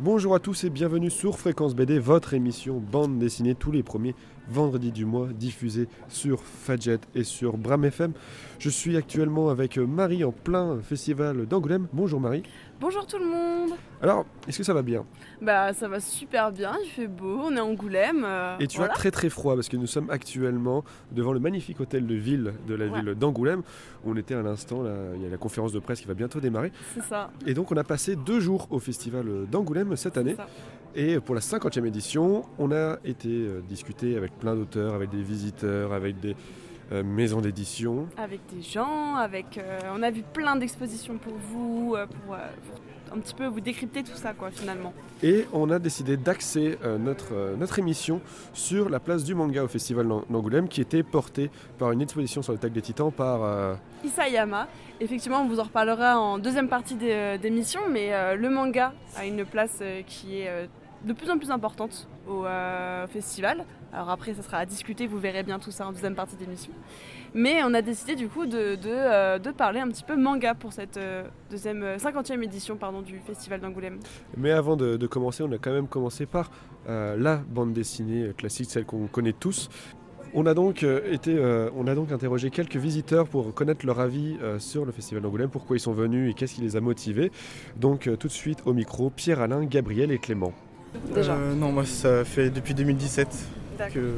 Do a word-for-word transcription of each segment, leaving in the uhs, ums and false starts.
Bonjour à tous et bienvenue sur Fréquence B D, votre émission bande dessinée tous les premiers vendredis du mois, diffusée sur Fadjet et sur Bram F M. Je suis actuellement avec Marie en plein festival d'Angoulême. Bonjour Marie. Bonjour tout le monde. Alors, est-ce que ça va bien ? Bah ça va super bien, il fait beau, on est à Angoulême. Euh, et tu voilà. as très très froid parce que nous sommes actuellement devant le magnifique hôtel de ville de la Ouais. ville d'Angoulême. On était à l'instant, là, il y a la conférence de presse qui va bientôt démarrer. C'est ça. Et donc on a passé deux jours au festival d'Angoulême cette année. C'est ça. Et pour la cinquantième édition, on a été euh, discuter avec plein d'auteurs, avec des visiteurs, avec des euh, maisons d'édition. Avec des gens, avec, euh, on a vu plein d'expositions pour vous, euh, pour, euh, pour un petit peu vous décrypter tout ça quoi finalement. Et on a décidé d'axer euh, notre, euh, notre émission sur la place du manga au festival d'Angoulême qui était portée par une exposition sur le Tag des Titans par... Euh... Isayama. Effectivement, on vous en reparlera en deuxième partie des, d'émission, mais euh, le manga a une place euh, qui est euh, de plus en plus importante au euh, festival. Alors après, ça sera à discuter, vous verrez bien tout ça en deuxième partie d'émission. Mais on a décidé du coup de, de, euh, de parler un petit peu manga pour cette euh, deuxième, euh, cinquantième édition pardon, du festival d'Angoulême. Mais avant de, de commencer, on a quand même commencé par euh, la bande dessinée classique, celle qu'on connaît tous. On a, donc, euh, été, euh, on a donc interrogé quelques visiteurs pour connaître leur avis euh, sur le festival d'Angoulême, pourquoi ils sont venus et qu'est-ce qui les a motivés. Donc euh, tout de suite au micro, Pierre-Alain, Gabriel et Clément. Déjà. Euh, non, moi ça fait depuis deux mille dix-sept D'accord. que, que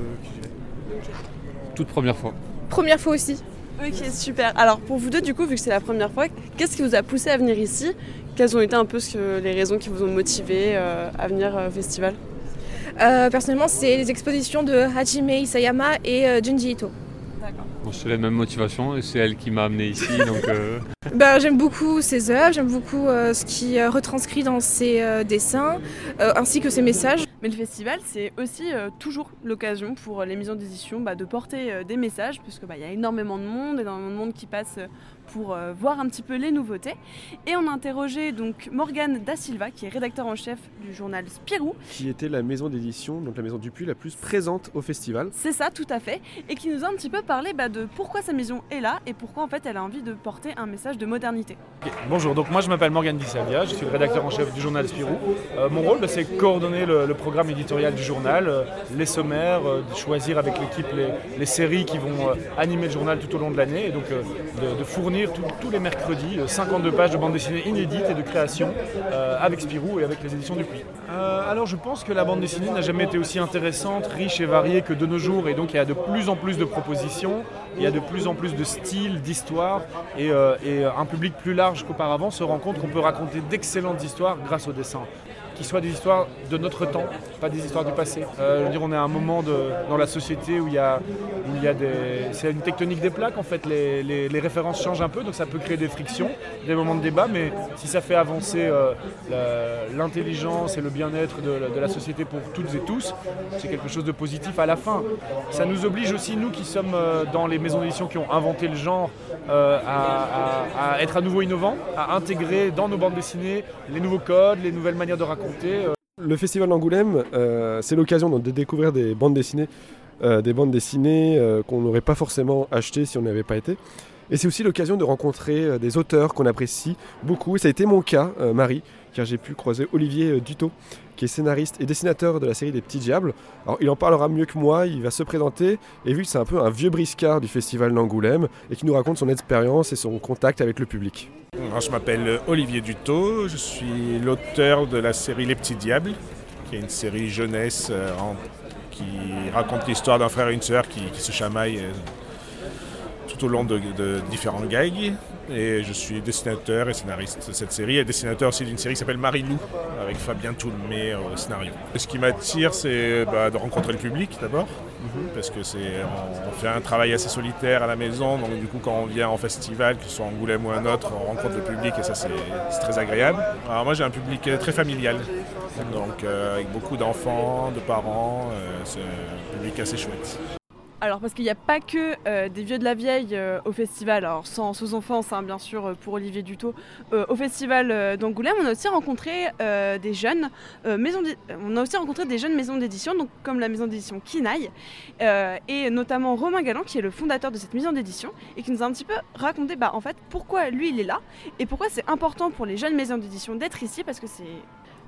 Toute première fois. Première fois aussi. Ok, super. Alors pour vous deux, du coup, vu que c'est la première fois, qu'est-ce qui vous a poussé à venir ici ? Quelles ont été un peu ce que, les raisons qui vous ont motivé euh, à venir euh, au festival ? Euh, personnellement, c'est les expositions de Hajime Isayama et euh, Junji Ito. D'accord. Bon, c'est la même motivation et c'est elle qui m'a amené ici. donc, euh... Ben, j'aime beaucoup ses œuvres, j'aime beaucoup euh, ce qui est retranscrit dans ses euh, dessins, euh, ainsi que ses messages. Mais le festival, c'est aussi euh, toujours l'occasion pour les maisons d'édition bah, de porter euh, des messages, parce qu'il bah, y a énormément de monde, énormément de monde qui passe euh, pour euh, voir un petit peu les nouveautés. Et on a interrogé donc Morgane Da Silva, qui est rédacteur en chef du journal Spirou. Qui était la maison d'édition, donc la maison Dupuis, la plus présente au festival. C'est ça, tout à fait. Et qui nous a un petit peu parlé bah, de pourquoi sa maison est là et pourquoi en fait elle a envie de porter un message de modernité. Okay. Bonjour, donc moi je m'appelle Morgane Di Savia, je suis le rédacteur en chef du journal Spirou. Euh, mon rôle bah, c'est coordonner le, le programme éditorial du journal, euh, les sommaires, euh, de choisir avec l'équipe les, les séries qui vont euh, animer le journal tout au long de l'année et donc euh, de, de fournir tout, tous les mercredis euh, cinquante-deux pages de bande dessinée inédite et de création euh, avec Spirou et avec les éditions Dupuis. Euh, alors je pense que la bande dessinée n'a jamais été aussi intéressante, riche et variée que de nos jours et donc il y a de plus en plus de propositions, il y a de plus en plus de styles, d'histoires et, euh, et un public plus large qu'auparavant se rend compte qu'on peut raconter d'excellentes histoires grâce au dessin. Qui soient des histoires de notre temps, pas des histoires du passé. Euh, je veux dire, on est à un moment de, dans la société où il y a, où il y a des... C'est une tectonique des plaques, en fait. Les, les, les références changent un peu, donc ça peut créer des frictions, des moments de débat, mais si ça fait avancer euh, la, l'intelligence et le bien-être de, de la société pour toutes et tous, c'est quelque chose de positif à la fin. Ça nous oblige aussi, nous qui sommes euh, dans les maisons d'édition qui ont inventé le genre, euh, à, à, à être à nouveau innovants, à intégrer dans nos bandes dessinées les nouveaux codes, les nouvelles manières de raconter. Le festival d'Angoulême, euh, c'est l'occasion de découvrir des bandes dessinées, euh, des bandes dessinées euh, qu'on n'aurait pas forcément achetées si on n'y avait pas été. Et c'est aussi l'occasion de rencontrer euh, des auteurs qu'on apprécie beaucoup. Et ça a été mon cas, euh, Marie, car j'ai pu croiser Olivier euh, Dutot, qui est scénariste et dessinateur de la série des Petits Diables. Alors il en parlera mieux que moi, il va se présenter, et vu que c'est un peu un vieux briscard du festival d'Angoulême, et qui nous raconte son expérience et son contact avec le public. Alors, je m'appelle Olivier Dutot, je suis l'auteur de la série Les Petits Diables, qui est une série jeunesse euh, en, qui raconte l'histoire d'un frère et une sœur qui, qui se chamaillent euh, tout au long de, de différents gags. Et je suis dessinateur et scénariste de cette série, et dessinateur aussi d'une série qui s'appelle Marie-Lou, avec Fabien Toulmé au scénario. Et ce qui m'attire, c'est bah, de rencontrer le public d'abord, mm-hmm. parce que c'est, on, on fait un travail assez solitaire à la maison, donc du coup quand on vient en festival, que ce soit Angoulême ou un autre, on rencontre le public et ça c'est, c'est très agréable. Alors moi j'ai un public très familial, donc euh, avec beaucoup d'enfants, de parents, euh, c'est un public assez chouette. Alors parce qu'il n'y a pas que euh, des vieux de la vieille euh, au festival, alors sans sous-enfance hein, bien sûr euh, pour Olivier Dutot, euh, au festival euh, d'Angoulême on a aussi rencontré euh, des jeunes euh, maisons d'é- on a aussi rencontré des jeunes maisons d'édition, donc comme la maison d'édition Kinaï, euh, et notamment Romain Galland qui est le fondateur de cette maison d'édition et qui nous a un petit peu raconté bah, en fait pourquoi lui il est là et pourquoi c'est important pour les jeunes maisons d'édition d'être ici parce que c'est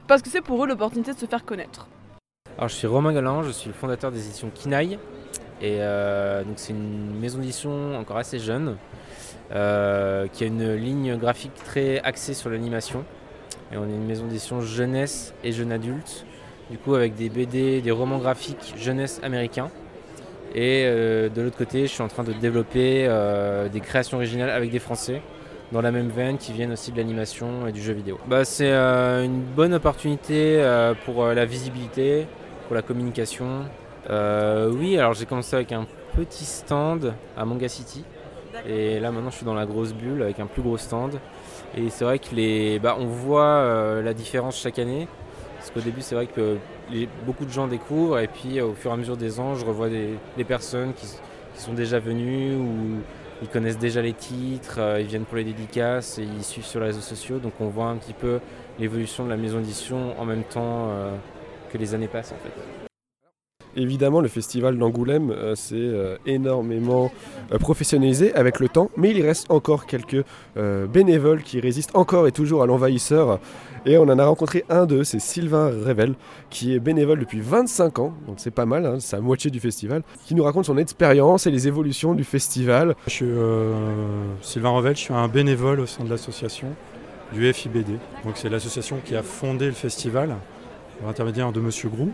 parce que c'est pour eux l'opportunité de se faire connaître. Alors je suis Romain Galland, je suis le fondateur des éditions Kinaï. Et euh, donc c'est une maison d'édition encore assez jeune, euh, qui a une ligne graphique très axée sur l'animation. Et on est une maison d'édition jeunesse et jeune adulte, du coup avec des B D, des romans graphiques jeunesse américains. Et euh, de l'autre côté, je suis en train de développer euh, des créations originales avec des Français, dans la même veine, qui viennent aussi de l'animation et du jeu vidéo. Bah, c'est euh, une bonne opportunité euh, pour euh, la visibilité, pour la communication. Euh, oui, alors j'ai commencé avec un petit stand à Manga City. Et là maintenant je suis dans la grosse bulle avec un plus gros stand. Et c'est vrai que les, bah, on voit euh, la différence chaque année. Parce qu'au début c'est vrai que les, beaucoup de gens découvrent et puis euh, au fur et à mesure des ans je revois des, des personnes qui, qui sont déjà venues ou ils connaissent déjà les titres, euh, ils viennent pour les dédicaces et ils suivent sur les réseaux sociaux. Donc on voit un petit peu l'évolution de la maison d'édition en même temps euh, que les années passent en fait. Évidemment, le festival d'Angoulême euh, s'est euh, énormément euh, professionnalisé avec le temps, mais il reste encore quelques euh, bénévoles qui résistent encore et toujours à l'envahisseur. Et on en a rencontré un d'eux, c'est Sylvain Revel, qui est bénévole depuis vingt-cinq ans, donc c'est pas mal, hein, c'est la moitié du festival, qui nous raconte son expérience et les évolutions du festival. Je suis euh, Sylvain Revel, je suis un bénévole au sein de l'association du F I B D. Donc c'est l'association qui a fondé le festival par l'intermédiaire de Monsieur Groux.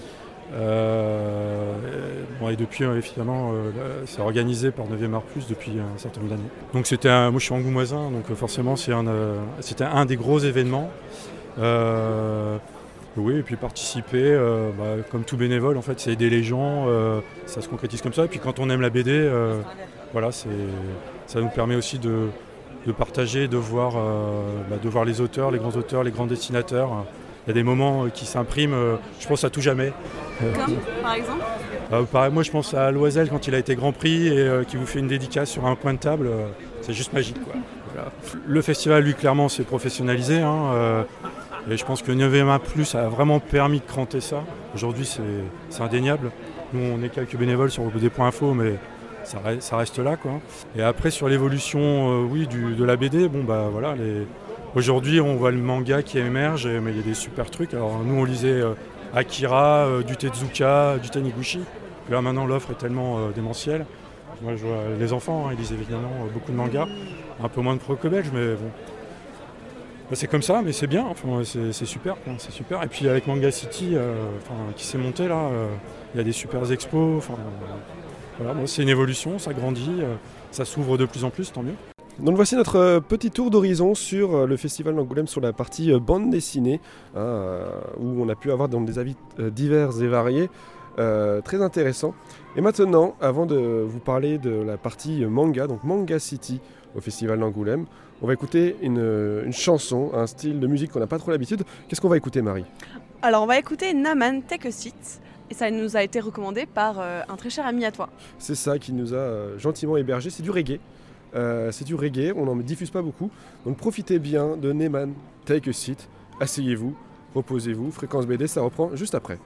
Euh, bon, et depuis euh, évidemment euh, c'est organisé par neuvième Art Plus depuis un certain nombre d'années. Donc c'était un, moi je suis angoumoisin, donc euh, forcément c'est un, euh, c'était un des gros événements. Euh, oui, et puis participer, euh, bah, comme tout bénévole en fait, c'est aider les gens, euh, ça se concrétise comme ça. Et puis quand on aime la B D, euh, voilà, c'est, ça nous permet aussi de, de partager, de voir, euh, bah, de voir les auteurs, les grands auteurs, les grands dessinateurs. Il y a des moments qui s'impriment, je pense à tout jamais. Comme, par exemple euh, pareil, moi je pense à Loisel quand il a été Grand Prix et euh, qui vous fait une dédicace sur un coin de table, euh, c'est juste magique, quoi. Voilà. Le festival, lui, clairement, s'est professionnalisé. Hein, euh, et je pense que neuvième Art Plus a vraiment permis de cranter ça. Aujourd'hui, c'est, c'est indéniable. Nous, on est quelques bénévoles sur des points info, mais ça reste, ça reste là, quoi. Et après, sur l'évolution euh, oui, du, de la B D, bon, bah voilà, les... Aujourd'hui, on voit le manga qui émerge, mais il y a des super trucs. Alors nous, on lisait euh, Akira, euh, du Tezuka, du Taniguchi. Là, maintenant, l'offre est tellement euh, démentielle. Moi, je vois les enfants, hein, ils lisent évidemment euh, beaucoup de mangas. Un peu moins de pro que belge, mais bon. Bah, c'est comme ça, mais c'est bien. Enfin, c'est, c'est super, quoi, c'est super. Et puis avec Manga City, euh, qui s'est monté là, euh, il y a des super expos. Enfin, euh, voilà, bon, c'est une évolution, ça grandit, euh, ça s'ouvre de plus en plus, tant mieux. Donc voici notre euh, petit tour d'horizon sur euh, le festival d'Angoulême, sur la partie euh, bande dessinée, hein, euh, où on a pu avoir donc, des avis euh, divers et variés, euh, très intéressants. Et maintenant, avant de vous parler de la partie manga, donc Manga City au festival d'Angoulême, on va écouter une, une chanson, un style de musique qu'on n'a pas trop l'habitude. Qu'est-ce qu'on va écouter, Marie ? Alors on va écouter Naman Take a Seat. Et ça nous a été recommandé par euh, un très cher ami à toi. C'est ça qui nous a euh, gentiment hébergé, c'est du reggae. Euh, c'est du reggae, on n'en diffuse pas beaucoup, donc profitez bien de Naman Take a Seat, asseyez-vous, reposez-vous, Fréquence B D, ça reprend juste après.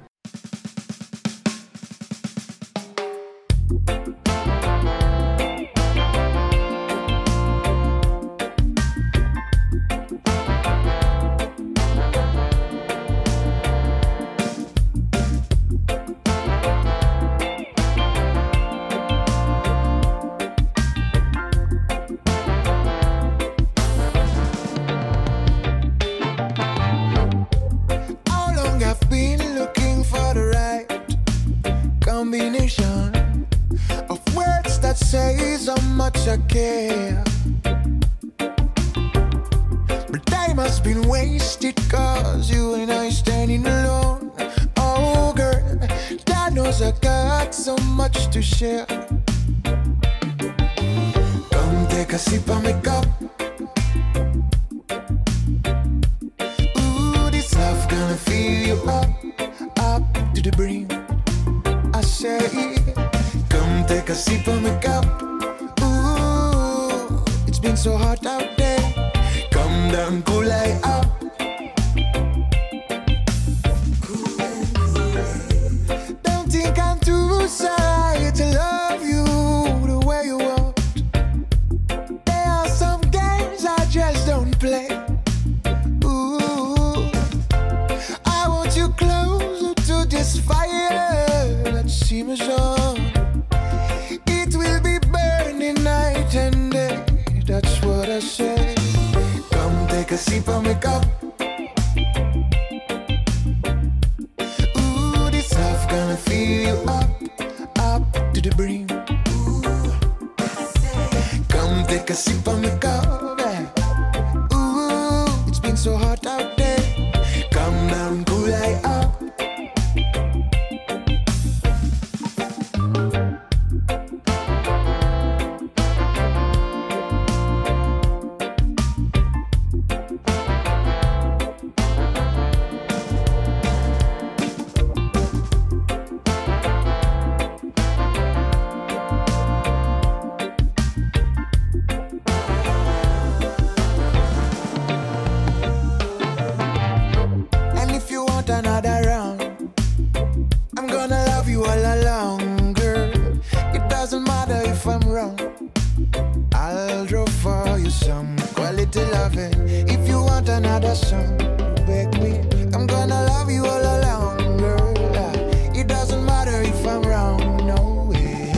want another round, I'm gonna love you all along, girl. It doesn't matter if I'm wrong, I'll draw for you some quality loving. If you want another song, beg me, I'm gonna love you all along, girl. It doesn't matter if I'm wrong, no way.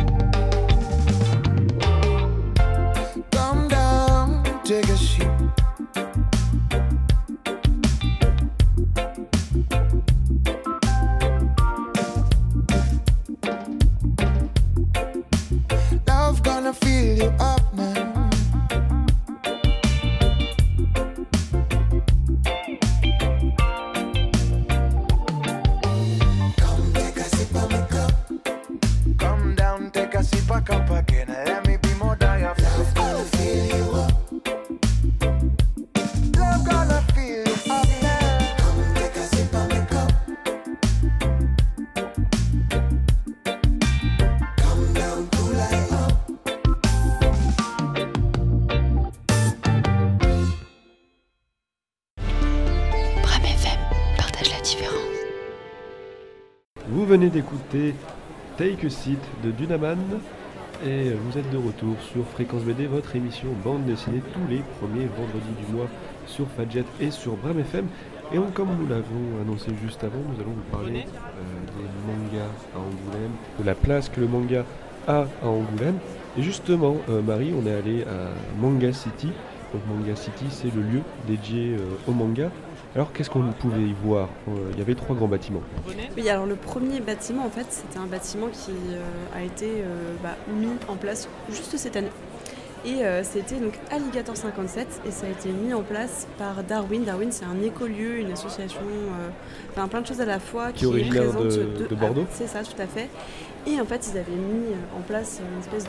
Come down, take a seat. Love gonna fill you up, man. Come take a sip of my cup. Come down, take a sip of cup again. Let me be more than your love gonna fill you up. Love gonna fill you up, man. Come take a sip of my cup. Come down, cool light up. Bram F M, partage la différence. Vous venez d'écouter Take a Seat de Dunaman et vous êtes de retour sur Fréquence B D, votre émission bande dessinée tous les premiers vendredis du mois sur Fadjet et sur Bram F M. Et donc, comme nous l'avons annoncé juste avant, nous allons vous parler euh, des mangas à Angoulême, de la place que le manga a à Angoulême. Et justement, euh, Marie, on est allé à Manga City. Donc Manga City, c'est le lieu dédié euh, au manga. Alors, qu'est-ce qu'on pouvait y voir ? Euh, Il y avait trois grands bâtiments. Oui, alors le premier bâtiment, en fait, c'était un bâtiment qui euh, a été euh, bah, mis en place juste cette année. Et euh, c'était donc Alligator cinquante-sept et ça a été mis en place par Darwin. Darwin, c'est un écolieu, une association, euh, enfin plein de choses à la fois Qui est originaire est présente de- de Bordeaux. Ah, c'est ça, tout à fait. Et en fait, ils avaient mis en place une espèce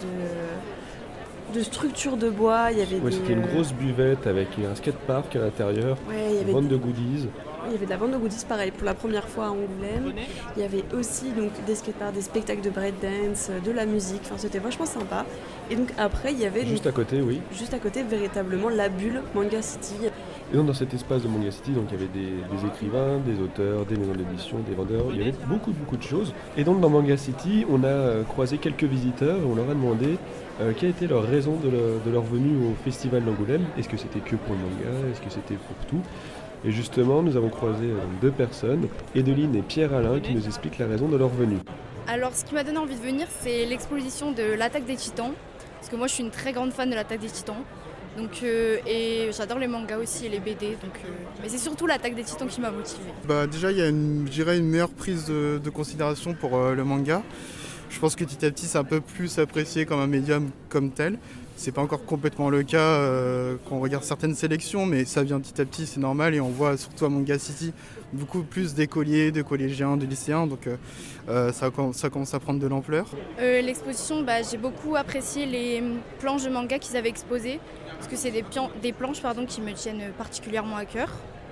de, de structure de bois. Il y avait Ouais, des, c'était une euh, grosse buvette avec un skatepark à l'intérieur, Ouais, il y une avait vente des- de goodies. Il y avait de la vente de goodies, pareil, pour la première fois à Angoulême. Il y avait aussi donc, des skateparks, des spectacles de breakdance, de la musique. Enfin, c'était vachement sympa. Et donc après, il y avait Juste donc, à côté, oui. juste à côté véritablement la bulle Manga City. Et donc dans cet espace de Manga City, donc, il y avait des, des écrivains, des auteurs, des maisons d'édition, des vendeurs, il y avait beaucoup beaucoup de choses. Et donc dans Manga City, on a euh, croisé quelques visiteurs et on leur a demandé euh, quelle était leur raison de, le- de leur venue au festival d'Angoulême. Est-ce que c'était que pour le manga ? Est-ce que c'était pour tout ? Et justement, nous avons croisé euh, deux personnes, Edeline et Pierre-Alain, qui nous expliquent la raison de leur venue. Alors, ce qui m'a donné envie de venir, c'est l'exposition de l'Attaque des Titans. Parce que moi, je suis une très grande fan de l'Attaque des Titans. Donc, euh, et j'adore les mangas aussi et les B D. Donc, euh, mais c'est surtout l'Attaque des Titans qui m'a motivée. Bah, déjà, il y a une, je dirais une meilleure prise de, de considération pour euh, le manga. Je pense que petit à petit, c'est un peu plus apprécié comme un médium comme tel. C'est pas encore complètement le cas euh, quand on regarde certaines sélections, mais ça vient petit à petit, c'est normal. Et on voit surtout à Manga City beaucoup plus d'écoliers, de collégiens, de lycéens. Donc euh, euh, ça, ça commence à prendre de l'ampleur. Euh, L'exposition, bah, j'ai beaucoup apprécié les planches de manga qu'ils avaient exposées. Parce que c'est des, pian- des planches pardon, qui me tiennent particulièrement à cœur.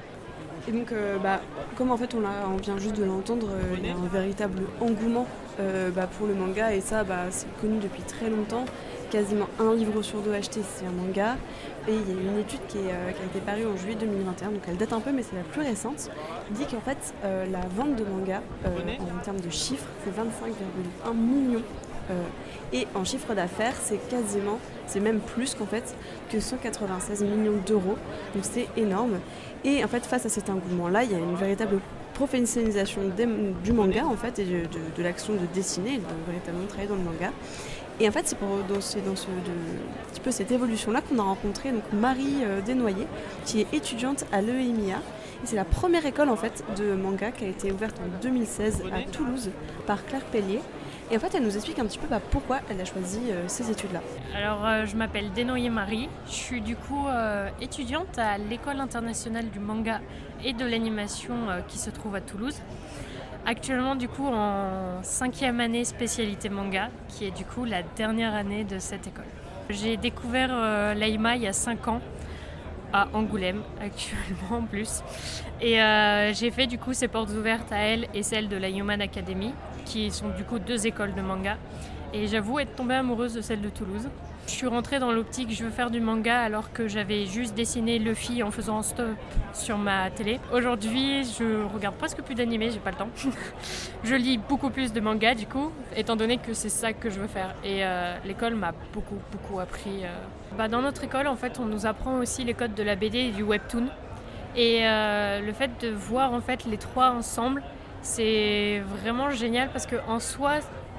Et donc, euh, bah, comme en fait on, l'a- on vient juste de l'entendre, euh, il y a un véritable engouement euh, bah, pour le manga et ça, bah, c'est connu depuis très longtemps. Quasiment un livre sur deux acheté, c'est un manga. Et il y a une étude qui, est, euh, qui a été parue en juillet deux mille vingt et un, donc elle date un peu, mais c'est la plus récente. Il dit qu'en fait, euh, la vente de manga, euh, en termes de chiffres, c'est vingt-cinq virgule un millions. Euh, et en chiffre d'affaires, c'est quasiment, c'est même plus qu'en fait, que cent quatre-vingt-seize millions d'euros. Donc c'est énorme. Et en fait, face à cet engouement-là, il y a une véritable professionnalisation des- du manga en fait, et de, de- de l'action de dessiner, de véritablement travailler dans le manga. Et en fait, c'est pour, dans, ce, dans ce, de, un petit peu cette évolution-là qu'on a rencontré donc Marie euh, Desnoyers, qui est étudiante à l'E M I A. Et c'est la première école en fait, de manga qui a été ouverte en deux mille seize à Toulouse par Claire Pellier. Et en fait, elle nous explique un petit peu bah, pourquoi elle a choisi euh, ces études-là. Alors, euh, je m'appelle Desnoyers Marie. Je suis du coup euh, étudiante à l'École internationale du manga et de l'animation euh, qui se trouve à Toulouse. Actuellement, du coup, en cinquième année spécialité manga, qui est du coup la dernière année de cette école. J'ai découvert euh, l'A I M A il y a cinq ans, à Angoulême actuellement en plus. Et euh, j'ai fait du coup ses portes ouvertes à elle et celle de la Human Academy, qui sont du coup deux écoles de manga. Et j'avoue être tombée amoureuse de celle de Toulouse. Je suis rentrée dans l'optique je veux faire du manga alors que j'avais juste dessiné Luffy en faisant un stop sur ma télé. Aujourd'hui, je regarde presque plus d'animés, j'ai pas le temps. Je lis beaucoup plus de manga du coup, étant donné que c'est ça que je veux faire. Et euh, l'école m'a beaucoup, beaucoup appris. Euh... Bah, dans notre école, en fait, on nous apprend aussi les codes de la B D et du webtoon. Et euh, le fait de voir en fait les trois ensemble, c'est vraiment génial parce qu'en soi,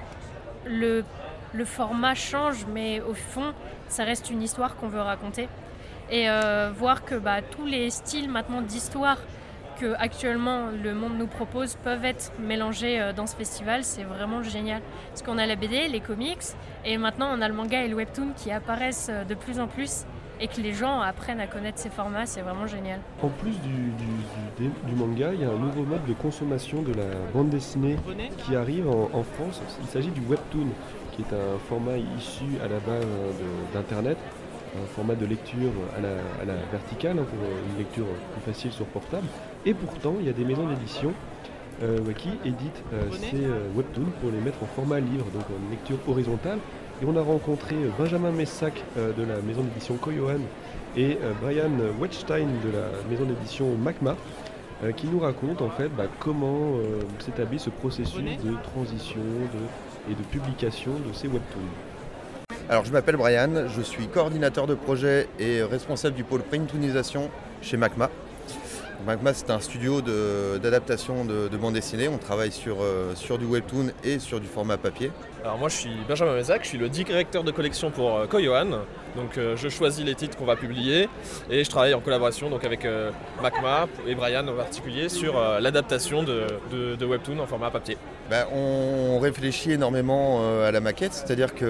le Le format change, mais au fond, ça reste une histoire qu'on veut raconter. Et euh, voir que bah, tous les styles maintenant d'histoire que actuellement le monde nous propose peuvent être mélangés euh, dans ce festival, c'est vraiment génial. Parce qu'on a la B D, les comics, et maintenant on a le manga et le webtoon qui apparaissent de plus en plus et que les gens apprennent à connaître ces formats, c'est vraiment génial. En plus du, du, du, du manga, il y a un nouveau mode de consommation de la bande dessinée qui arrive en, en France. Il s'agit du webtoon, qui est un format issu à la base de, d'Internet, un format de lecture à la, à la verticale, hein, pour une lecture plus facile sur portable. Et pourtant, il y a des maisons d'édition euh, qui éditent euh, ces euh, webtoons pour les mettre en format livre, donc en lecture horizontale. Et on a rencontré Benjamin Messac euh, de la maison d'édition Koyoan et euh, Brian Wettstein de la maison d'édition Macma, euh, qui nous racontent en fait bah, comment euh, s'établit ce processus de transition de, et de publication de ces webtoons. Alors je m'appelle Brian, je suis coordinateur de projet et responsable du pôle printonisation chez Macma. Macma, c'est un studio de, d'adaptation de, de bande dessinée. On travaille sur, euh, sur du webtoon et sur du format papier. Alors moi je suis Benjamin Messac, je suis le directeur de collection pour euh, Koyoan. Donc euh, je choisis les titres qu'on va publier et je travaille en collaboration donc, avec euh, Macma et Brian en particulier sur euh, l'adaptation de, de, de webtoon en format papier. Ben, on réfléchit énormément euh, à la maquette, c'est-à-dire que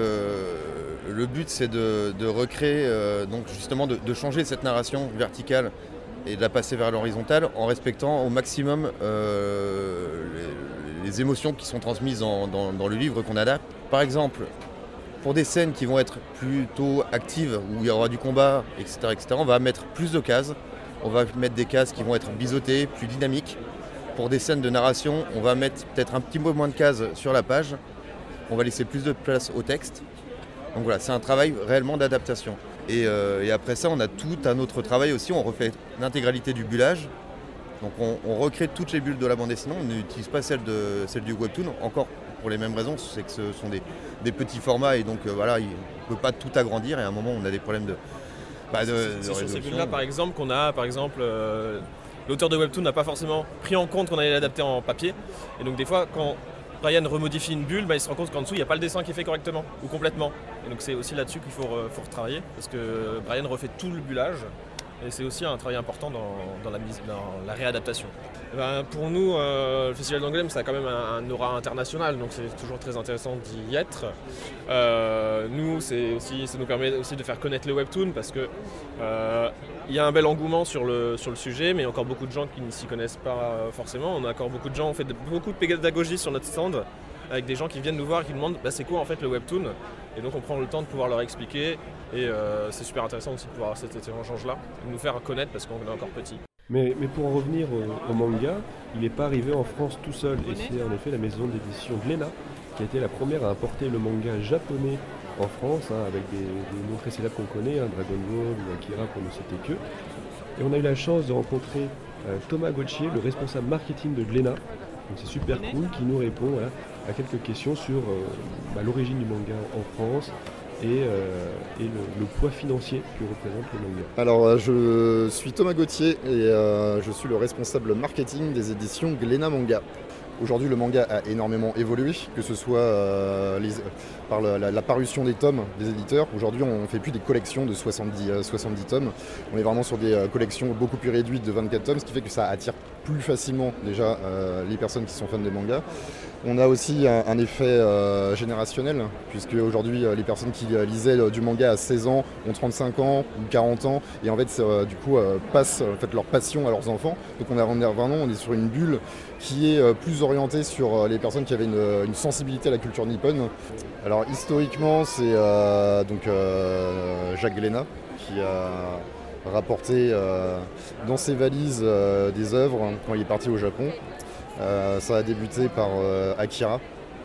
le but c'est de, de recréer, euh, donc justement de, de changer cette narration verticale et de la passer vers l'horizontale en respectant au maximum euh, les, les émotions qui sont transmises dans, dans, dans le livre qu'on adapte. Par exemple, pour des scènes qui vont être plutôt actives, où il y aura du combat, et cetera, et cetera, on va mettre plus de cases. On va mettre des cases qui vont être biseautées, plus dynamiques. Pour des scènes de narration, on va mettre peut-être un petit peu moins de cases sur la page. On va laisser plus de place au texte. Donc voilà, c'est un travail réellement d'adaptation. Et, euh, et après ça, on a tout un autre travail aussi. On refait l'intégralité du bullage. Donc on, on recrée toutes les bulles de la bande dessinée. On n'utilise pas celle, de, celle du webtoon. Encore pour les mêmes raisons, c'est que ce sont des, des petits formats et donc euh, voilà, il ne peut pas tout agrandir. Et à un moment, on a des problèmes de, bah, de, c'est, de c'est sur ces bulles-là, par exemple, qu'on a, par exemple, euh, l'auteur de webtoon n'a pas forcément pris en compte qu'on allait l'adapter en papier. Et donc des fois, quand Brian remodifie une bulle, bah, il se rend compte qu'en dessous, il n'y a pas le dessin qui est fait correctement ou complètement. Et donc c'est aussi là-dessus qu'il faut, faut retravailler, parce que Brian refait tout le bullage, et c'est aussi un travail important dans, dans, la, mise, dans la réadaptation. Ben, pour nous, euh, le Festival d'Angoulême, ça a quand même un, un aura international, donc c'est toujours très intéressant d'y être. Euh, nous, c'est aussi, ça nous permet aussi de faire connaître le webtoon, parce que euh, il y a un bel engouement sur le, sur le sujet, mais il y a encore beaucoup de gens qui ne s'y connaissent pas forcément. On a encore beaucoup de gens, on fait de, beaucoup de pédagogie sur notre stand, avec des gens qui viennent nous voir et qui nous demandent bah, c'est quoi en fait le webtoon, et donc on prend le temps de pouvoir leur expliquer, et euh, c'est super intéressant aussi de pouvoir avoir cet échange-là, de nous faire connaître parce qu'on est encore petit. Mais, mais pour en revenir au, au manga, il n'est pas arrivé en France tout seul, et c'est en effet la maison d'édition Glénat qui a été la première à importer le manga japonais en France, hein, avec des, des noms très célèbres qu'on connaît, hein, Dragon Ball ou Akira pour ne citer que. Et on a eu la chance de rencontrer euh, Thomas Gauthier, le responsable marketing de Glénat, donc c'est super cool, qui nous répond voilà, à quelques questions sur euh, bah, l'origine du manga en France et, euh, et le, le poids financier que représente le manga. Alors je suis Thomas Gauthier et euh, je suis le responsable marketing des éditions Glénat Manga. Aujourd'hui, le manga a énormément évolué, que ce soit euh, les, par la, la, la parution des tomes des éditeurs. Aujourd'hui, on ne fait plus des collections de soixante-dix, euh, soixante-dix tomes. On est vraiment sur des euh, collections beaucoup plus réduites de vingt-quatre tomes, ce qui fait que ça attire plus facilement déjà euh, les personnes qui sont fans des mangas. On a aussi un, un effet euh, générationnel, puisque aujourd'hui, euh, les personnes qui euh, lisaient euh, du manga à seize ans ont trente-cinq ans ou quarante ans, et en fait, euh, du coup, euh, passent en fait, leur passion à leurs enfants. Donc on, a, on, est, vraiment, on est sur une bulle qui est euh, plus orientée sur euh, les personnes qui avaient une, une sensibilité à la culture nippone. Alors historiquement, c'est euh, donc euh, Jacques Glénat qui a rapporté euh, dans ses valises euh, des œuvres quand il est parti au Japon. Euh, ça a débuté par euh, Akira,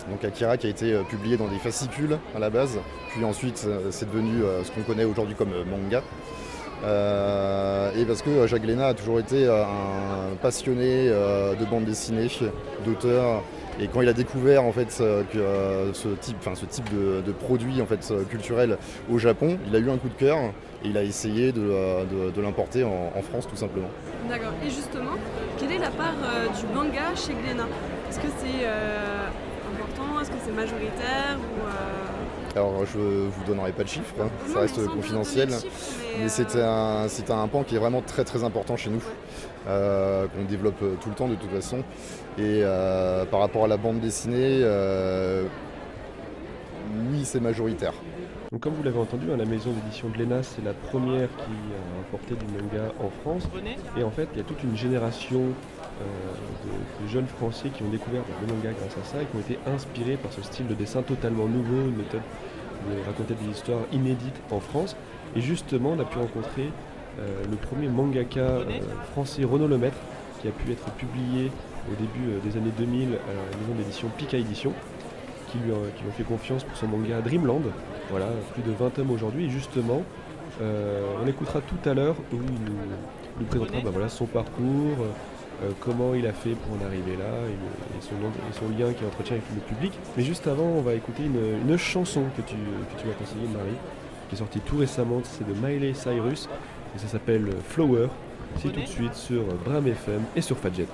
Donc Akira qui a été euh, publié dans des fascicules à la base, puis ensuite euh, c'est devenu euh, ce qu'on connaît aujourd'hui comme euh, manga. Euh, et parce que euh, Jacques Glénat a toujours été euh, un passionné euh, de bande dessinée, d'auteur. Et quand il a découvert en fait euh, que euh, ce type, enfin ce type de, de produit en fait euh, culturel au Japon, il a eu un coup de cœur et il a essayé de, euh, de, de l'importer en, en France tout simplement. D'accord. Et justement, quelle est la part euh, du manga chez Glénat? Est-ce que c'est euh, important? Est-ce que c'est majoritaire ou, euh... Alors je vous donnerai pas de chiffres, hein, non, ça reste confidentiel, chiffres, mais, mais euh... c'est un, c'est un pan qui est vraiment très très important chez nous, euh, qu'on développe tout le temps de toute façon. Et euh, par rapport à la bande dessinée, euh, oui c'est majoritaire. Donc comme vous l'avez entendu, hein, la maison d'édition Glénat, c'est la première qui a importé du manga en France. Et en fait, il y a toute une génération euh, de, de jeunes Français qui ont découvert le manga grâce à ça et qui ont été inspirés par ce style de dessin totalement nouveau, une méthode de raconter des histoires inédites en France. Et justement, on a pu rencontrer euh, le premier mangaka euh, français, Renaud Lemaître, qui a pu être publié au début euh, des années deux mille à la maison d'édition Pika Édition, qui lui, euh, qui lui ont fait confiance pour son manga Dreamland. Voilà, plus de vingt tomes aujourd'hui. Et justement, euh, on écoutera tout à l'heure où il nous, nous présentera bah, voilà, son parcours, euh, comment il a fait pour en arriver là, et, le, et, son, et son lien qu'il entretient avec le public. Mais juste avant, on va écouter une, une chanson que tu, que tu m'as conseillée, Marie, qui est sortie tout récemment. C'est de Miley Cyrus, et ça s'appelle Flower. C'est tout de suite sur Bram F M et sur Fadjet.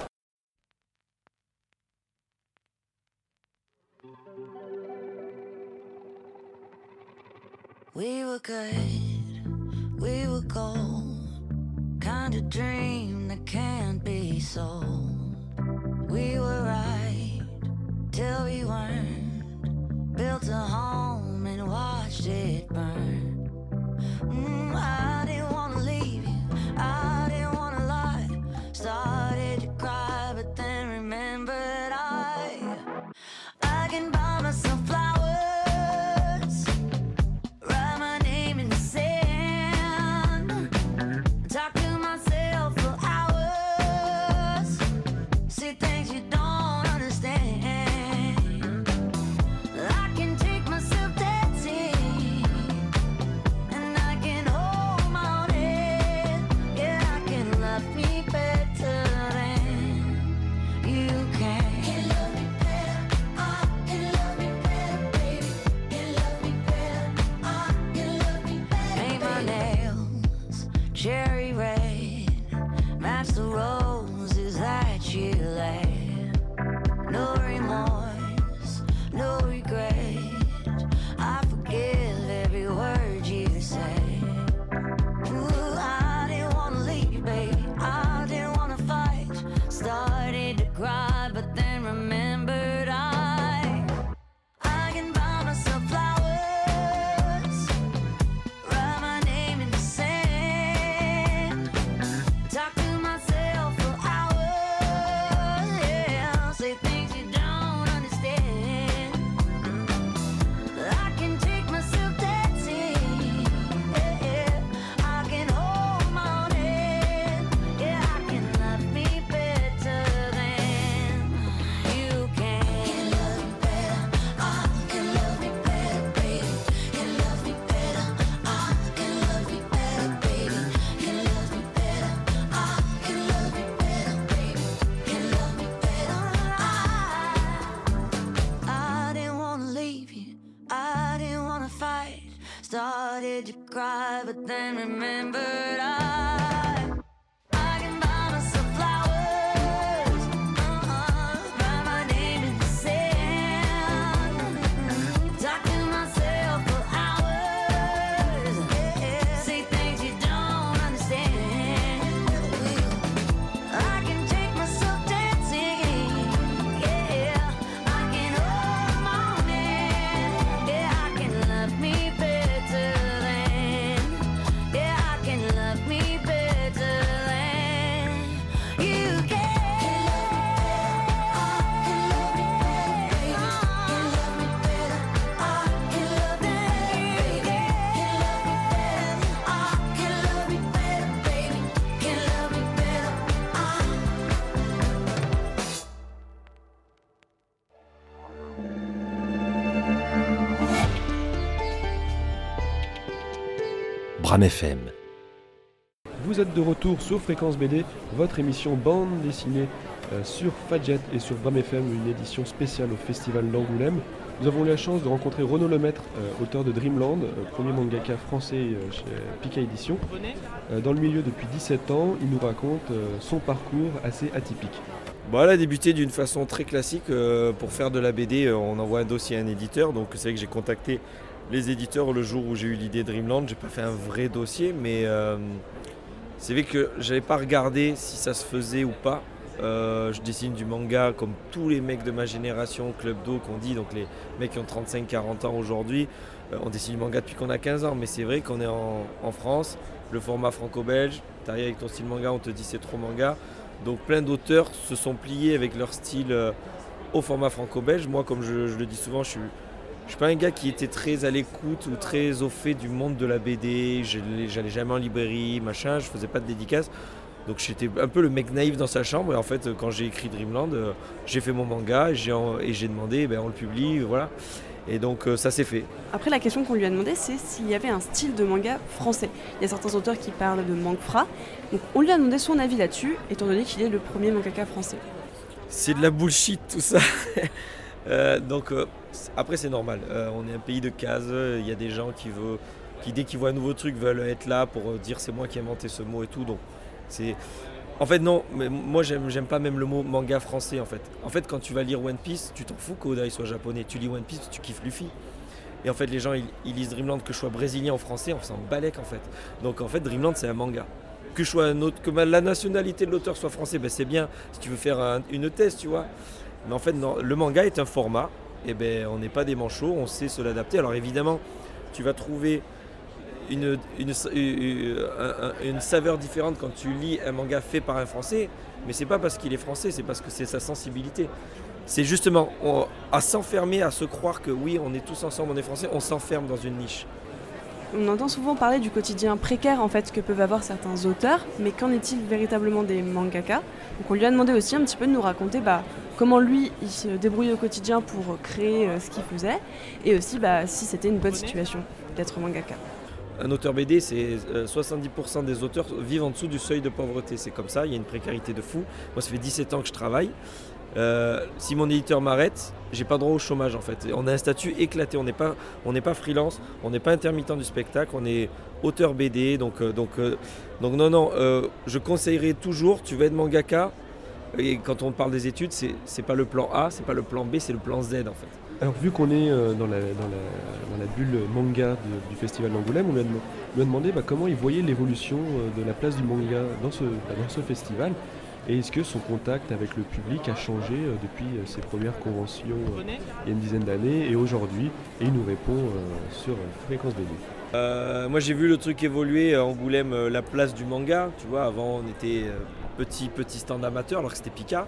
We were good, we were gold, kind of dream that can't be sold. We were right till we weren't, built a home and watched it burn. Mm, I didn't wanna leave you, I didn't wanna lie, started to cry but then remembered I, I can buy myself flowers. Cherry red, match the roses that you laid. No remorse, no regret, I forgive every word you say. Ooh, I didn't wanna leave you, baby, I didn't wanna fight. Started to cry, but then remembered I, I can buy myself flowers. Started to cry, but then remembered I, I can buy myself flowers, uh-uh, write my name in the sand, talk to myself for hours, yeah, say things you don't understand. I can take myself dancing, yeah, I can hold my hand, yeah, I can love me better. Love me Bram F M. Vous êtes de retour sur Fréquence B D, votre émission bande dessinée euh, sur Fadjet et sur Bram F M, une édition spéciale au Festival d'Angoulême. Nous avons eu la chance de rencontrer Renaud Lemaître, euh, auteur de Dreamland, euh, premier mangaka français euh, chez Pika Édition. Euh, dans le milieu depuis dix-sept ans, il nous raconte euh, son parcours assez atypique. Bon, elle a débuté d'une façon très classique. Euh, pour faire de la B D, euh, on envoie un dossier à un éditeur. Donc c'est vrai que j'ai contacté les éditeurs le jour où j'ai eu l'idée Dreamland. J'ai pas fait un vrai dossier, mais euh, c'est vrai que j'avais pas regardé si ça se faisait ou pas. Euh, je dessine du manga comme tous les mecs de ma génération, Club Do qu'on dit, donc les mecs qui ont trente-cinq quarante ans aujourd'hui. Euh, on dessine du manga depuis qu'on a quinze ans, mais c'est vrai qu'on est en, en France, le format franco-belge, t'arrives avec ton style manga, on te dit c'est trop manga. Donc plein d'auteurs se sont pliés avec leur style euh, au format franco-belge. Moi, comme je, je le dis souvent, je suis, je suis pas un gars qui était très à l'écoute ou très au fait du monde de la B D. Je, j'allais jamais en librairie, machin, je faisais pas de dédicaces. Donc j'étais un peu le mec naïf dans sa chambre et en fait quand j'ai écrit Dreamland, euh, j'ai fait mon manga et j'ai, en, et j'ai demandé, ben, on le publie, voilà. Et donc euh, ça s'est fait. Après la question qu'on lui a demandé, c'est s'il y avait un style de manga français. Il y a certains auteurs qui parlent de mangfra, donc on lui a demandé son avis là-dessus, étant donné qu'il est le premier mangaka français. C'est de la bullshit tout ça. euh, donc euh, après c'est normal, euh, on est un pays de cases, il y a des gens qui, veulent, qui dès qu'ils voient un nouveau truc veulent être là pour dire c'est moi qui ai inventé ce mot et tout. Donc, c'est... En fait non, mais moi j'aime, j'aime pas même le mot manga français en fait. En fait quand tu vas lire One Piece, tu t'en fous qu'Oda il soit japonais. Tu lis One Piece, tu kiffes Luffy. Et en fait les gens ils, ils lisent Dreamland, que je sois brésilien ou français, on s'en balèque en fait. Donc en fait Dreamland c'est un manga. Que je sois un autre, que la nationalité de l'auteur soit français, ben c'est bien si tu veux faire un, une thèse, tu vois. Mais en fait non, le manga est un format, et ben on n'est pas des manchots, on sait se l'adapter. Alors évidemment tu vas trouver Une, une, une, une saveur différente quand tu lis un manga fait par un Français, mais c'est pas parce qu'il est français, c'est parce que c'est sa sensibilité. C'est justement on, à s'enfermer, à se croire que oui, on est tous ensemble, on est français, on s'enferme dans une niche. On entend souvent parler du quotidien précaire en fait que peuvent avoir certains auteurs, mais qu'en est-il véritablement des mangaka ? Donc on lui a demandé aussi un petit peu de nous raconter bah, comment lui il se débrouillait au quotidien pour créer euh, ce qu'il faisait, et aussi bah, si c'était une bonne situation d'être mangaka. Un auteur B D, c'est euh, soixante-dix pour cent des auteurs vivent en dessous du seuil de pauvreté. C'est comme ça, il y a une précarité de fou. Moi, ça fait dix-sept ans que je travaille. Euh, si mon éditeur m'arrête, j'ai pas droit au chômage en fait. On a un statut éclaté, on n'est pas, on n'est pas freelance, on n'est pas intermittent du spectacle, on est auteur B D. Donc, euh, donc, euh, donc non, non, euh, je conseillerais toujours, tu veux être mangaka, et quand on parle des études, c'est, c'est pas le plan A, c'est pas le plan B, c'est le plan Z en fait. Alors vu qu'on est euh, dans, la, dans, la, dans la bulle manga de, du Festival d'Angoulême, on lui a, dem- lui a demandé bah, comment il voyait l'évolution euh, de la place du manga dans ce, bah, dans ce festival, et est-ce que son contact avec le public a changé euh, depuis euh, ses premières conventions euh, il y a une dizaine d'années et aujourd'hui, et il nous répond euh, sur euh, Fréquence B D. Euh, moi j'ai vu le truc évoluer à Angoulême, euh, la place du manga, tu vois, avant on était euh, petit petit stand amateur alors que c'était Pika.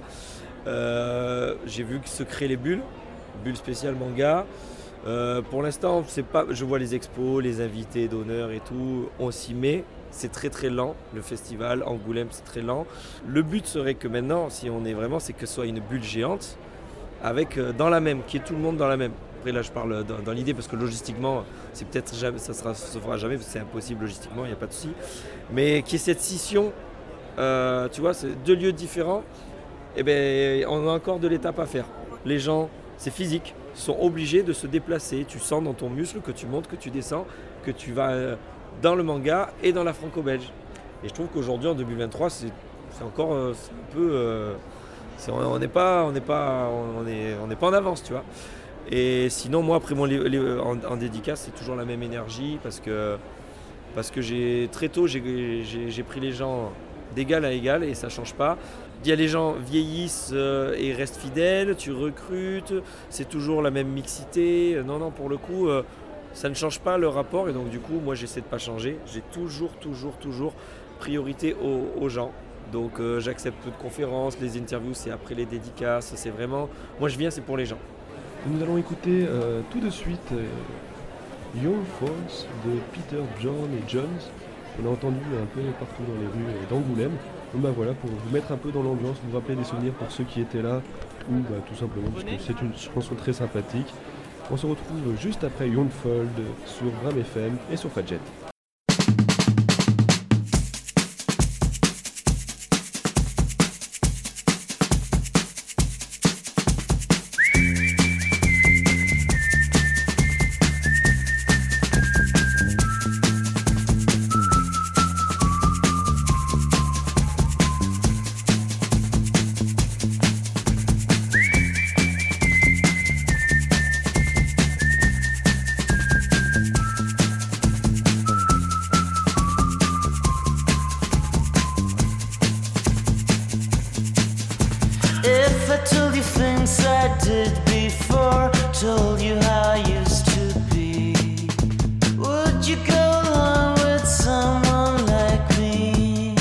Euh, j'ai vu que se créent les bulles. Bulle spéciale manga. Euh, pour l'instant, c'est pas. Je vois les expos, les invités d'honneur et tout. On s'y met. C'est très très lent. Le festival Angoulême, c'est très lent. Le but serait que maintenant, si on est vraiment, c'est que ce soit une bulle géante avec euh, dans la même, qui est tout le monde dans la même. Après là, je parle dans, dans l'idée parce que logistiquement, c'est peut-être jamais, ça sera, se fera jamais parce que c'est impossible logistiquement. Il n'y a pas de souci. Mais qui est cette scission, euh, tu vois, c'est deux lieux différents. Et ben, on a encore de l'étape à faire. Les gens. C'est physique, sont obligés de se déplacer. Tu sens dans ton muscle que tu montes, que tu descends, que tu vas dans le manga et dans la franco-belge. Et je trouve qu'aujourd'hui, en deux mille vingt-trois, c'est, c'est encore c'est un peu... Euh, c'est, on n'est pas, on n'est pas, on est, on n'est pas en avance, tu vois. Et sinon, moi, après mon li- li- en, en dédicace, c'est toujours la même énergie parce que, parce que j'ai, très tôt, j'ai, j'ai, j'ai pris les gens d'égal à égal et ça ne change pas. Il y a les gens vieillissent euh, et restent fidèles, tu recrutes, c'est toujours la même mixité. Non, non, pour le coup, euh, ça ne change pas le rapport et donc du coup, moi, j'essaie de ne pas changer. J'ai toujours, toujours, toujours priorité aux, aux gens. Donc euh, j'accepte peu de conférences, les interviews, c'est après les dédicaces, c'est vraiment... Moi, je viens, c'est pour les gens. Nous allons écouter euh, tout de suite euh, Young Folks de Peter, John et Jones. On a entendu un peu partout dans les rues d'Angoulême. Donc bah voilà, pour vous mettre un peu dans l'ambiance, vous rappeler des souvenirs pour ceux qui étaient là, ou bah, tout simplement parce que c'est une chanson très sympathique. On se retrouve juste après Young Fold sur Bram F M et sur Fadjet. I told you things I did before, told you how I used to be, would you go along with someone like me?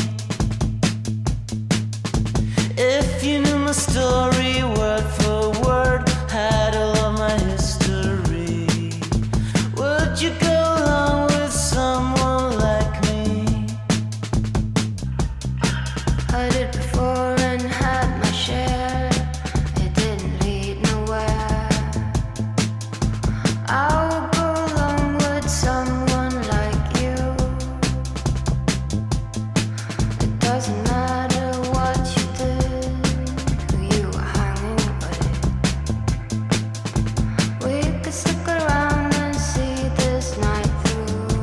If you knew my story word for word, had all of my history, would you go along with someone like me? I did before and had my share. It didn't lead nowhere. I would go along with someone like you. It doesn't matter what you did, who you were hanging with. We could stick around and see this night through.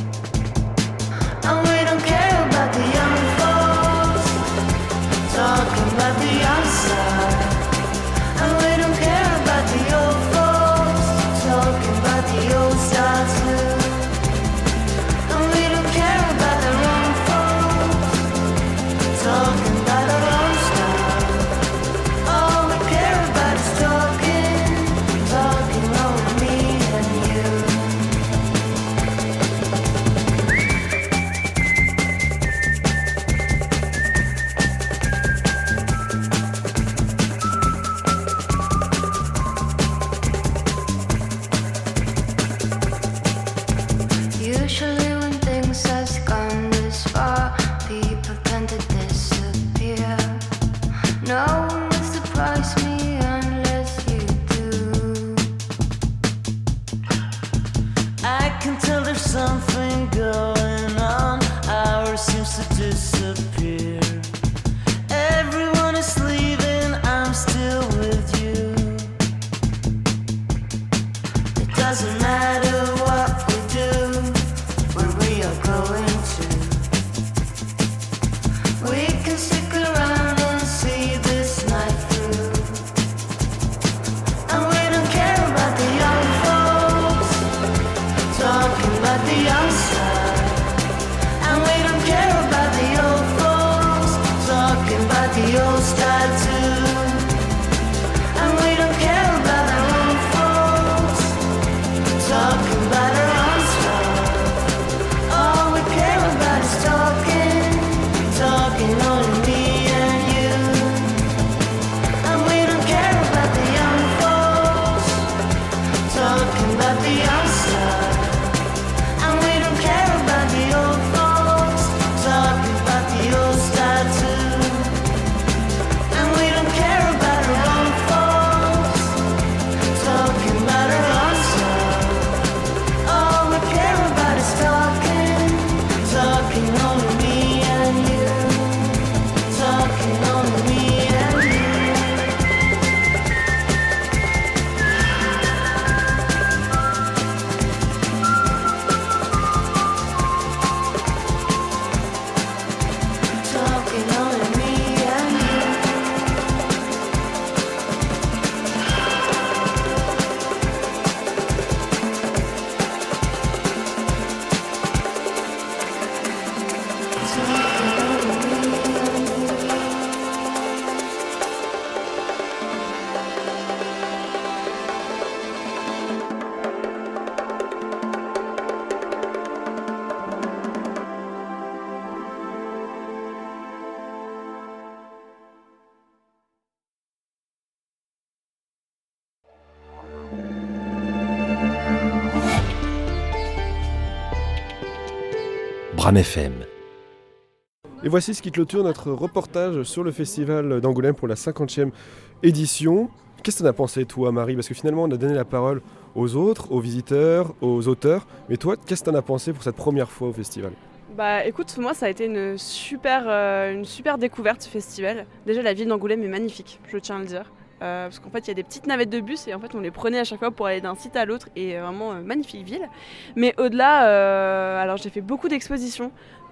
And we don't care about the young folks talking about the outside, and we don't care about the old folks talking about the old style too, and we don't care about the wrong folks talking about our own style. All we care about is talking, talking over me and you. Usually when things has gone this far, people tend to disappear. No one will surprise me unless you do. I can tell there's something going on, ours seems to disappear. Everyone is leaving, I'm still with you. It doesn't matter what we do, where we are going to. We can stick around and see this night through. And we don't care about the young folks talking about the outside, and we don't care about the old folks talking about the old style too, and we don't care about our own folks talking about our own style. All we care about is talking, talking only me and you, and we don't care about the young folks talking about the outside, and we don't care about the old folks talking about the old style too, and we don't care about our own folks talking about our own style. All we care about is talking, talking only me and you, talking only me and you. Talking only me and you. Bram F M. Et voici ce qui clôture notre reportage sur le festival d'Angoulême pour la cinquantième édition. Qu'est-ce que t'en as pensé, toi, Marie? Parce que finalement, on a donné la parole aux autres, aux visiteurs, aux auteurs. Mais toi, qu'est-ce que t'en as pensé pour cette première fois au festival? Bah écoute, moi ça a été une super, euh, une super découverte ce festival. Déjà la ville d'Angoulême est magnifique, je tiens à le dire. Euh, parce qu'en fait il y a des petites navettes de bus et en fait on les prenait à chaque fois pour aller d'un site à l'autre et vraiment euh, magnifique ville. Mais au-delà, euh, alors j'ai fait beaucoup d'expositions.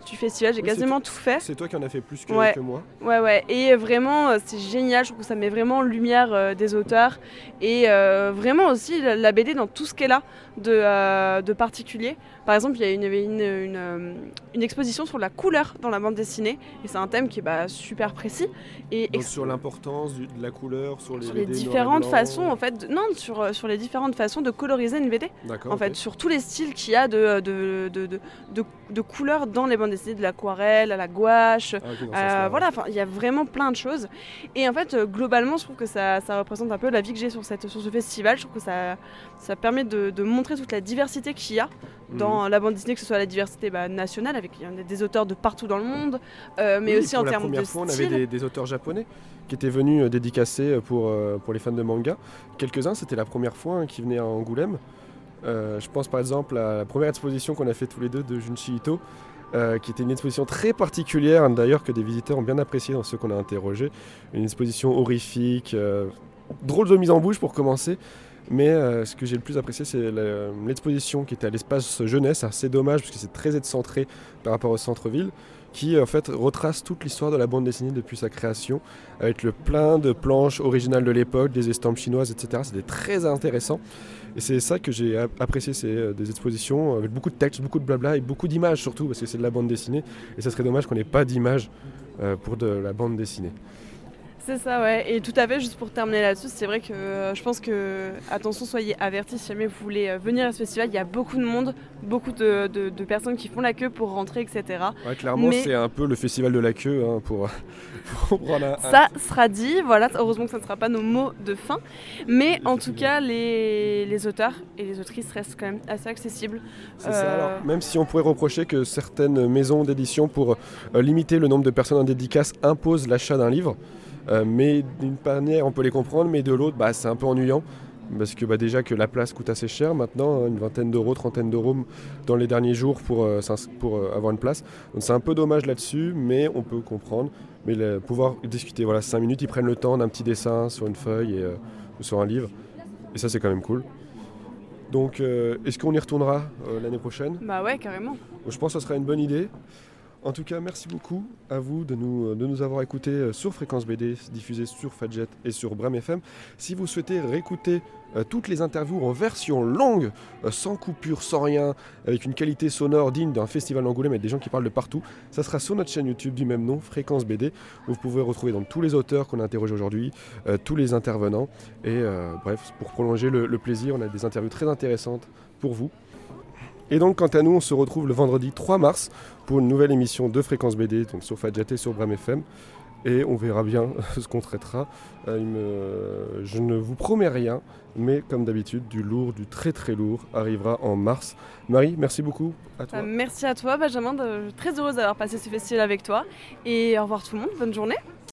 du festival, j'ai Oui, quasiment c'est- tout fait. C'est toi qui en as fait plus que, Ouais. que moi. Ouais, ouais, et vraiment, euh, c'est génial, je trouve que ça met vraiment en lumière euh, des auteurs et euh, vraiment aussi la, la B D dans tout ce qu'elle a de, euh, de particulier. Par exemple, il y a une, une, une, euh, une exposition sur la couleur dans la bande dessinée et c'est un thème qui est bah, super précis. Et Donc ex- sur l'importance du- de la couleur, sur les, sur B les D noir et différentes blanc. façons en fait, de- non, sur, euh, sur les différentes façons de coloriser une B D. D'accord, En ok. fait, sur tous les styles qu'il y a de, de, de, de, de, de couleurs dans les bandes dessinées, de l'aquarelle à la gouache. Ah, ok, dans ce euh, sens-là, ouais. voilà, enfin, il y a vraiment plein de choses. Et en fait, euh, globalement, je trouve que ça, ça représente un peu la vie que j'ai sur, cette, sur ce festival. Je trouve que ça, ça permet de, de montrer toute la diversité qu'il y a dans Mhm. la bande dessinée, que ce soit la diversité bah, nationale, avec il y a des auteurs de partout dans le monde, euh, mais Oui, aussi pour en la termes première de fois, on style. avait des, des auteurs japonais qui étaient venus euh, dédicacer euh, pour, euh, pour les fans de manga. Quelques-uns, c'était la première fois hein, qui venaient à Angoulême. Euh, je pense par exemple à la première exposition qu'on a fait tous les deux de Junshi Ito, euh, qui était une exposition très particulière, d'ailleurs que des visiteurs ont bien apprécié dans ceux qu'on a interrogés. Une exposition horrifique, euh, drôle de mise en bouche pour commencer. Mais euh, ce que j'ai le plus apprécié, c'est la- l'exposition qui était à l'espace jeunesse. C'est dommage parce que c'est très excentré par rapport au centre-ville, qui en fait retrace toute l'histoire de la bande dessinée depuis sa création, avec le plein de planches originales de l'époque, des estampes chinoises, et cetera. C'était très intéressant. Et c'est ça que j'ai ap- apprécié, c'est euh, des expositions avec beaucoup de textes, beaucoup de blabla et beaucoup d'images surtout, parce que c'est de la bande dessinée. Et ça serait dommage qu'on n'ait pas d'images euh, pour de la bande dessinée. C'est ça, ouais. Et tout à fait, juste pour terminer là-dessus, c'est vrai que euh, je pense que, attention, soyez avertis si jamais vous voulez euh, venir à ce festival. Il y a beaucoup de monde, beaucoup de, de- de personnes qui font la queue pour rentrer, et cetera. Ouais, clairement, Mais c'est un peu le festival de la queue hein, pour, pour prendre un- un- ça sera dit, voilà. Heureusement que ça ne sera pas nos mots de fin. Mais en tout cas, les, les auteurs et les autrices restent quand même assez accessibles. C'est ça, Euh, alors, même si on pourrait reprocher que certaines maisons d'édition, pour euh, limiter le nombre de personnes en dédicace, imposent l'achat d'un livre, euh, mais d'une manière on peut les comprendre, mais de l'autre bah, c'est un peu ennuyant, parce que bah, déjà que la place coûte assez cher maintenant, hein, une vingtaine d'euros, trentaine d'euros dans les derniers jours pour, euh, s'ins- pour euh, avoir une place. Donc c'est un peu dommage là-dessus, mais on peut comprendre. Mais le- pouvoir discuter, voilà, cinq minutes, ils prennent le temps d'un petit dessin sur une feuille et, euh, ou sur un livre, et ça c'est quand même cool. Donc, euh, est-ce qu'on y retournera euh, l'année prochaine ? Bah ouais, carrément. Je pense que ce sera une bonne idée. En tout cas, merci beaucoup à vous de nous, de nous avoir écoutés euh, sur Fréquence B D, diffusée sur Fadjet et sur Bram F M. Si vous souhaitez réécouter euh, toutes les interviews en version longue, euh, sans coupure, sans rien, avec une qualité sonore digne d'un festival d'Angoulême avec des gens qui parlent de partout, ça sera sur notre chaîne YouTube du même nom, Fréquence B D, où vous pouvez retrouver donc tous les auteurs qu'on a interrogés aujourd'hui, euh, tous les intervenants. Et euh, bref, pour prolonger le, le plaisir, on a des interviews très intéressantes pour vous. Et donc, quant à nous, on se retrouve le vendredi trois mars pour une nouvelle émission de Fréquence B D, donc sur Fadjet et sur Bram F M. Et on verra bien ce qu'on traitera. Euh, il me- Je ne vous promets rien, mais comme d'habitude, du lourd, du très très lourd arrivera en mars. Marie, merci beaucoup à toi. Euh, merci à toi, Benjamin. De... Très heureuse d'avoir passé ce festival avec toi. Et au revoir tout le monde. Bonne journée.